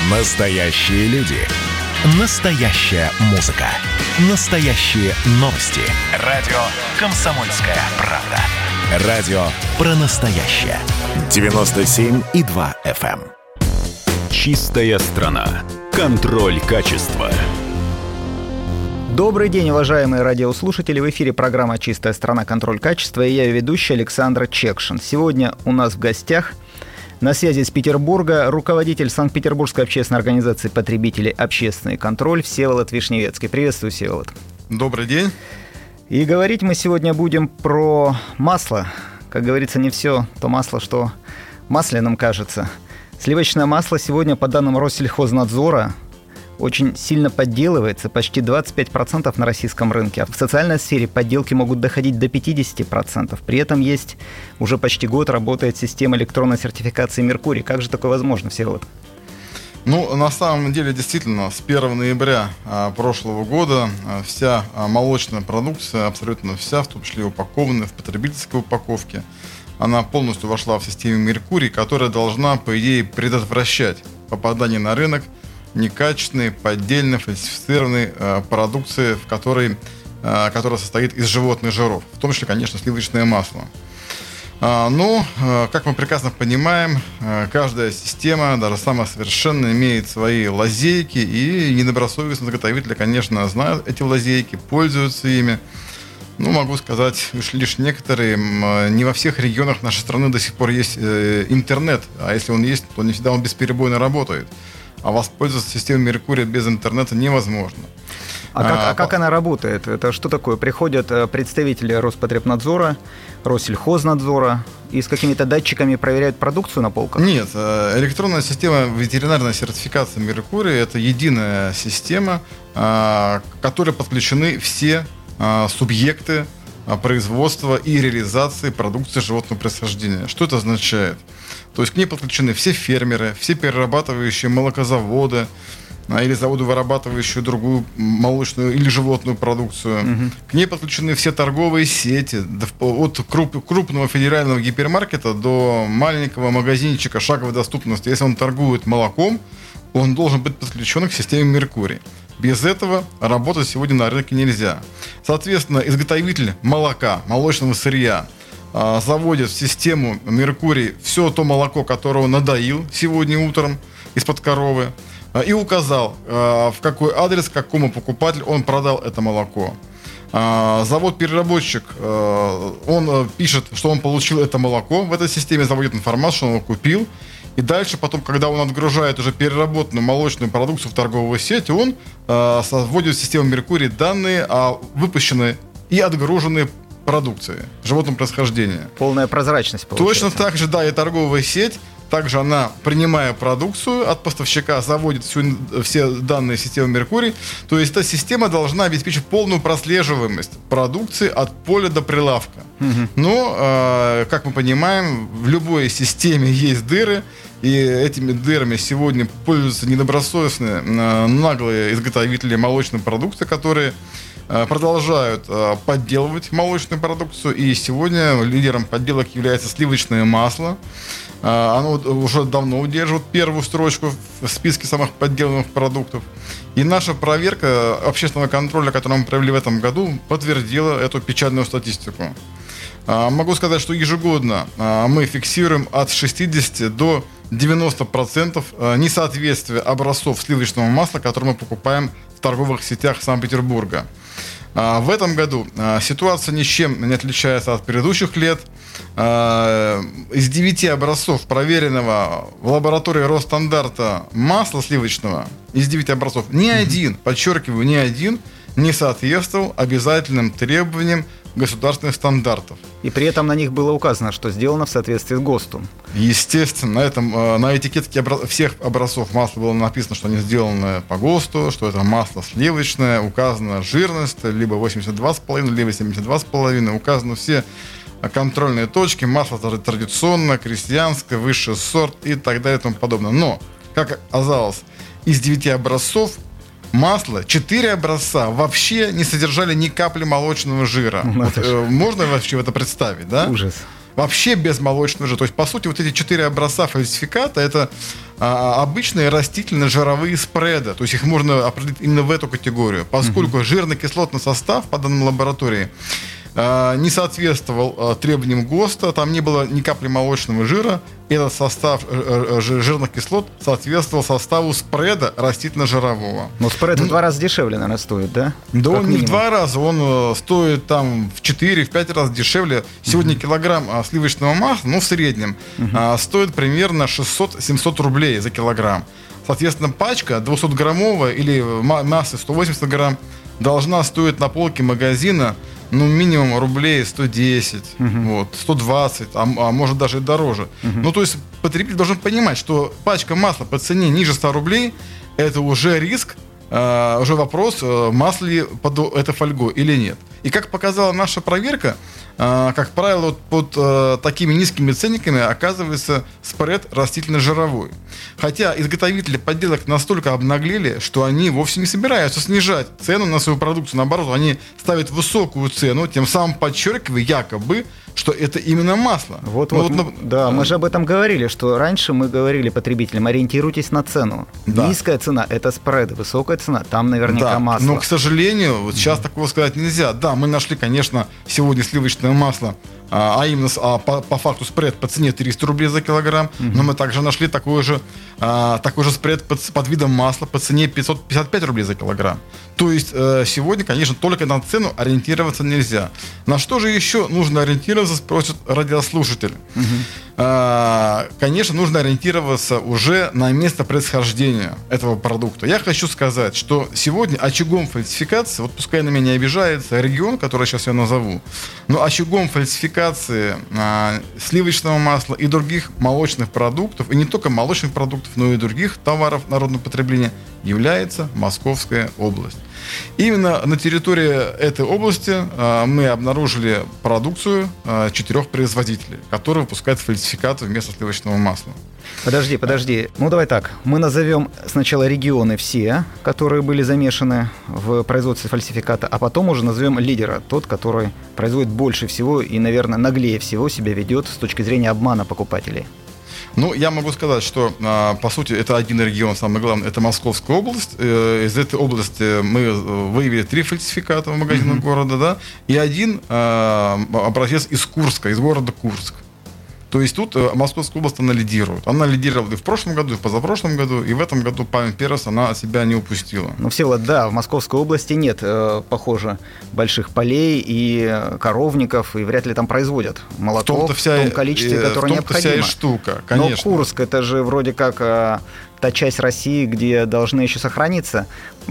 Настоящие люди. Настоящая музыка. Настоящие новости. Радио «Комсомольская правда». Радио про настоящее. 97,2 FM. Чистая страна. Контроль качества. Добрый день, уважаемые радиослушатели. В эфире программа «Чистая страна. Контроль качества». И я ее ведущий Александр Чекшин. Сегодня у нас в гостях на связи из Петербурга руководитель Санкт-Петербургской общественной организации потребителей «Общественный контроль» Всеволод Вишневецкий. Приветствую, Всеволод. Добрый день. И говорить мы сегодня будем про масло. Как говорится, не все то масло, что масляным кажется. Сливочное масло сегодня, по данным Россельхознадзора, очень сильно подделывается, почти 25% на российском рынке. А в социальной сфере подделки могут доходить до 50%. При этом есть уже почти год работает система электронной сертификации «Меркурий». Как же такое возможно, Всеволод? На самом деле, действительно, с 1 ноября прошлого года вся молочная продукция, абсолютно вся, в том числе упакованная в потребительской упаковке, она полностью вошла в систему «Меркурий», которая должна, по идее, предотвращать попадание на рынок некачественной, поддельной, фальсифицированной продукции, которая состоит из животных жиров, в том числе, конечно, сливочное масло. Но, как мы прекрасно понимаем, каждая система, даже самая совершенная, имеет свои лазейки, и недобросовестные заготовители, конечно, знают эти лазейки, пользуются ими. Могу сказать, лишь некоторые, не во всех регионах нашей страны до сих пор есть интернет, а если он есть, то не всегда он бесперебойно работает. А воспользоваться системой «Меркурия» без интернета невозможно. Как она работает? Это что такое? Приходят представители Роспотребнадзора, Россельхознадзора и с какими-то датчиками проверяют продукцию на полках? Нет. Электронная система ветеринарной сертификации «Меркурия» — это единая система, к которой подключены все субъекты производства и реализации продукции животного происхождения. Что это означает? То есть к ней подключены все фермеры, все перерабатывающие молокозаводы или заводы, вырабатывающие другую молочную или животную продукцию. Угу. К ней подключены все торговые сети, от крупного федерального гипермаркета до маленького магазинчика шаговой доступности. Если он торгует молоком, он должен быть подключен к системе «Меркурий». Без этого работать сегодня на рынке нельзя. Соответственно, изготовитель молока, молочного сырья заводит в систему «Меркурий» все то молоко, которое он надоил сегодня утром из-под коровы, и указал, в какой адрес, какому покупателю он продал это молоко. Завод-переработчик, он пишет, что он получил это молоко в этой системе, заводит информацию, что он его купил. И дальше, потом, когда он отгружает уже переработанную молочную продукцию в торговую сеть, он вводит в систему «Меркурий» данные о выпущенной и отгруженной продукции животного происхождения. Полная прозрачность получается. Точно так же, да, и торговая сеть. Также она, принимая продукцию от поставщика, заводит все данные в систему «Меркурий». То есть эта система должна обеспечить полную прослеживаемость продукции от поля до прилавка. Угу. Но, как мы понимаем, в любой системе есть дыры, и этими дырами сегодня пользуются недобросовестные, наглые изготовители молочной продукции, которые продолжают подделывать молочную продукцию. И сегодня лидером подделок является сливочное масло. Оно уже давно удерживает первую строчку в списке самых подделанных продуктов. И наша проверка общественного контроля, которую мы провели в этом году, подтвердила эту печальную статистику. Могу сказать, что ежегодно мы фиксируем от 60 до 90% несоответствия образцов сливочного масла, которые мы покупаем в торговых сетях Санкт-Петербурга. В этом году ситуация ничем не отличается от предыдущих лет. Из 9 образцов проверенного в лаборатории Росстандарта масла сливочного, из 9 образцов, ни один, подчеркиваю, ни один не соответствовал обязательным требованиям государственных стандартов. И при этом на них было указано, что сделано в соответствии с ГОСТом. Естественно, на этикетке всех образцов масла было написано, что они сделаны по ГОСТу, что это масло сливочное, указана жирность, либо 82,5, либо 72,5, указаны все контрольные точки, масло традиционное, крестьянское, высший сорт и так далее и тому подобное. Но, как оказалось, из 9 образцов масла 4 образца вообще не содержали ни капли молочного жира. Можно вообще это представить, да? Ужас. Вообще без молочного жира. То есть, по сути, вот эти 4 образца фальсификата — это обычные растительно-жировые спреды. То есть их можно определить именно в эту категорию, поскольку жирно-кислотный состав по данным лаборатории не соответствовал требованиям ГОСТа, там не было ни капли молочного жира. Этот состав жирных кислот соответствовал составу спреда растительно-жирового. Но спред в 2 раза дешевле, наверное, стоит, да? Да, как он минимум. не в 2 раза, он стоит там в 4-5 раз дешевле. Сегодня килограмм сливочного масла, в среднем, стоит примерно 600-700 рублей за килограмм. Соответственно, пачка 200-граммовая или массы 180 грамм должна стоить на полке магазина минимум рублей 110, 120, а может даже и дороже. То есть потребитель должен понимать, что пачка масла по цене ниже 100 рублей – это уже риск, уже вопрос, масло ли под этой фольгой или нет. И как показала наша проверка, как правило, под такими низкими ценниками оказывается спред растительно-жировой. Хотя изготовители подделок настолько обнаглели, что они вовсе не собираются снижать цену на свою продукцию. Наоборот, они ставят высокую цену, тем самым подчеркивая якобы, что это именно масло. Мы же об этом говорили, что раньше мы говорили потребителям: ориентируйтесь на цену. Да. Низкая цена – это спред, высокая цена – там наверняка масло. Но, к сожалению, вот сейчас такого сказать нельзя. Да, мы нашли, конечно, сегодня сливочное масло, а именно по факту спред по цене 300 рублей за килограмм, но мы также нашли такой же спред под видом масла по цене 555 рублей за килограмм. То есть сегодня, конечно, только на цену ориентироваться нельзя. На что же еще нужно ориентироваться, спросят радиослушатели. Конечно, нужно ориентироваться уже на место происхождения этого продукта. Я хочу сказать, что сегодня очагом фальсификации, вот пускай на меня не обижается регион, который сейчас я назову, но очагом фальсификации сливочного масла и других молочных продуктов, и не только молочных продуктов, но и других товаров народного потребления, является Московская область. Именно на территории этой области мы обнаружили продукцию 4 производителей, которые выпускают фальсификаты вместо сливочного масла. Подожди. Давай так. Мы назовем сначала регионы все, которые были замешаны в производстве фальсификата, а потом уже назовем лидера, тот, который производит больше всего и, наверное, наглее всего себя ведет с точки зрения обмана покупателей. Я могу сказать, что, по сути, это один регион, самое главное, это Московская область. Из этой области мы выявили 3 фальсификата в магазинах города, да, и один образец из Курска, из города Курск. То есть тут Московская область, она лидирует. Она лидировала и в прошлом году, и в позапрошлом году, и в этом году память Перес она себя не упустила. Всеволод, да, в Московской области нет, похоже, больших полей и коровников, и вряд ли там производят молоко в том количестве, которое необходимо. В том-то вся и штука, конечно. Но Курск, это же вроде как та часть России, где должны еще сохраниться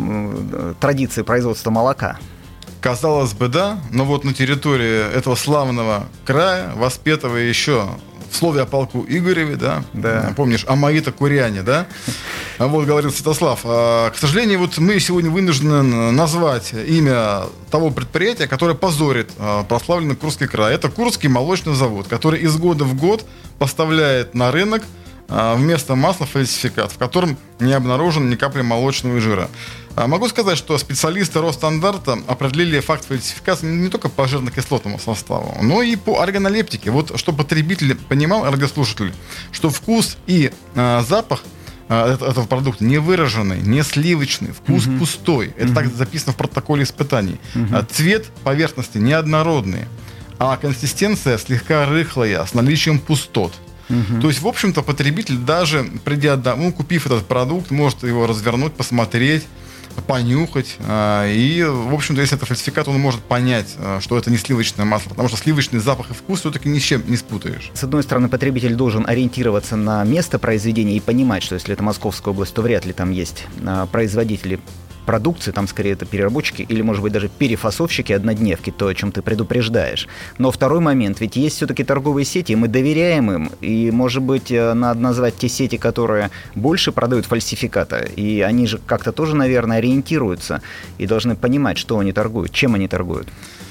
традиции производства молока. Казалось бы, да, но вот на территории этого славного края, воспетого еще в слове о полку Игореве, да. Помнишь, о Маита Куряне, да? Вот говорил Святослав. К сожалению, вот мы сегодня вынуждены назвать имя того предприятия, которое позорит прославленный Курский край. Это Курский молочный завод, который из года в год поставляет на рынок вместо масла фальсификат, в котором не обнаружено ни капли молочного жира. Могу сказать, что специалисты Росстандарта определили факт фальсификации не только по жирно-кислотному составу, но и по органолептике. Вот чтобы потребитель понимал, радиослушатель, что вкус и запах этого продукта не выраженный, не сливочный, вкус пустой. Это так записано в протоколе испытаний. Цвет поверхности неоднородный, а консистенция слегка рыхлая, с наличием пустот. То есть, в общем-то, потребитель даже придя домой, купив этот продукт, может его развернуть, посмотреть, понюхать. И, в общем-то, если это фальсификат, он может понять, что это не сливочное масло, потому что сливочный запах и вкус все-таки ни с чем не спутаешь. С одной стороны, потребитель должен ориентироваться на место произведения и понимать, что если это Московская область, то вряд ли там есть производители продукции, там скорее это переработчики или, может быть, даже перефасовщики однодневки, то, о чем ты предупреждаешь. Но второй момент, ведь есть все-таки торговые сети, и мы доверяем им, и, может быть, надо назвать те сети, которые больше продают фальсификата, и они же как-то тоже, наверное, ориентируются и должны понимать, что они торгуют, чем они торгуют.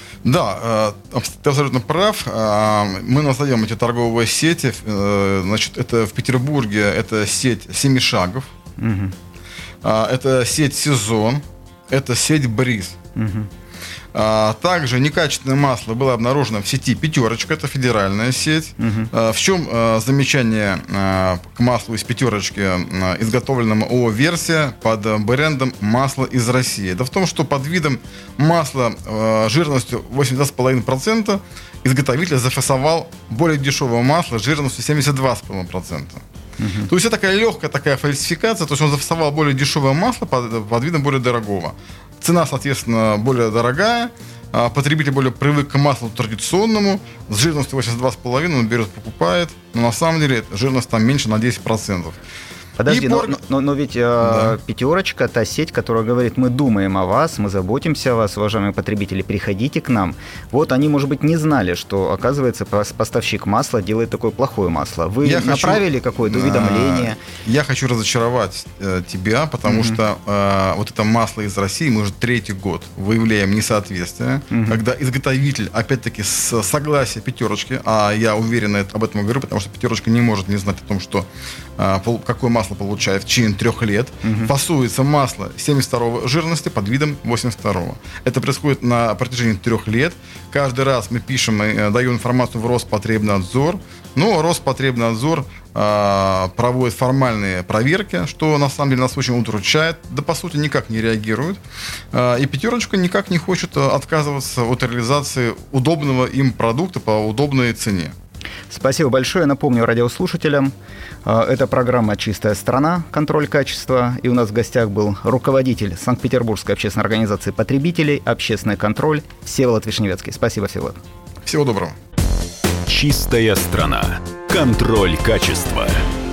Да, ты абсолютно прав. Мы назовем эти торговые сети. Значит, это в Петербурге это сеть Семишагов. Это сеть «Сезон», это сеть «Бриз». Также некачественное масло было обнаружено в сети «Пятерочка», это федеральная сеть. В чем замечание к маслу из «Пятерочки», изготовленному ООО «Версия» под брендом «Масло из России»? Это в том, что под видом масла жирностью 82,5% изготовитель зафасовал более дешевое масло жирностью 72,5%. То есть это такая легкая такая фальсификация, то есть он зафасовал более дешевое масло под видом более дорогого. Цена, соответственно, более дорогая, потребитель более привык к маслу традиционному, с жирностью 82,5% он берет, покупает, но на самом деле жирность там меньше на 10%. Подожди, но ведь «Пятерочка» — та сеть, которая говорит, мы думаем о вас, мы заботимся о вас, уважаемые потребители, приходите к нам. Вот они, может быть, не знали, что, оказывается, поставщик масла делает такое плохое масло. Вы направили какое-то уведомление? Я хочу разочаровать тебя, потому что вот это масло из России мы уже 3-й год выявляем несоответствие, когда изготовитель, опять-таки, с согласия «Пятерочки», а я уверенно об этом говорю, потому что «Пятерочка» не может не знать о том, что какое масло получает в течение 3 лет, фасуется масло 72 жирности под видом 82. Это происходит на протяжении 3 лет. Каждый раз мы пишем и даем информацию в Роспотребнадзор, но Роспотребнадзор проводит формальные проверки, что на самом деле нас очень удручает, да по сути никак не реагирует. И «Пятерочка» никак не хочет отказываться от реализации удобного им продукта по удобной цене. Спасибо большое. Напомню радиослушателям, это программа «Чистая страна. Контроль качества». И у нас в гостях был руководитель Санкт-Петербургской общественной организации потребителей «Общественный контроль» Всеволод Вишневецкий. Спасибо, Всеволод. Всего доброго. «Чистая страна. Контроль качества».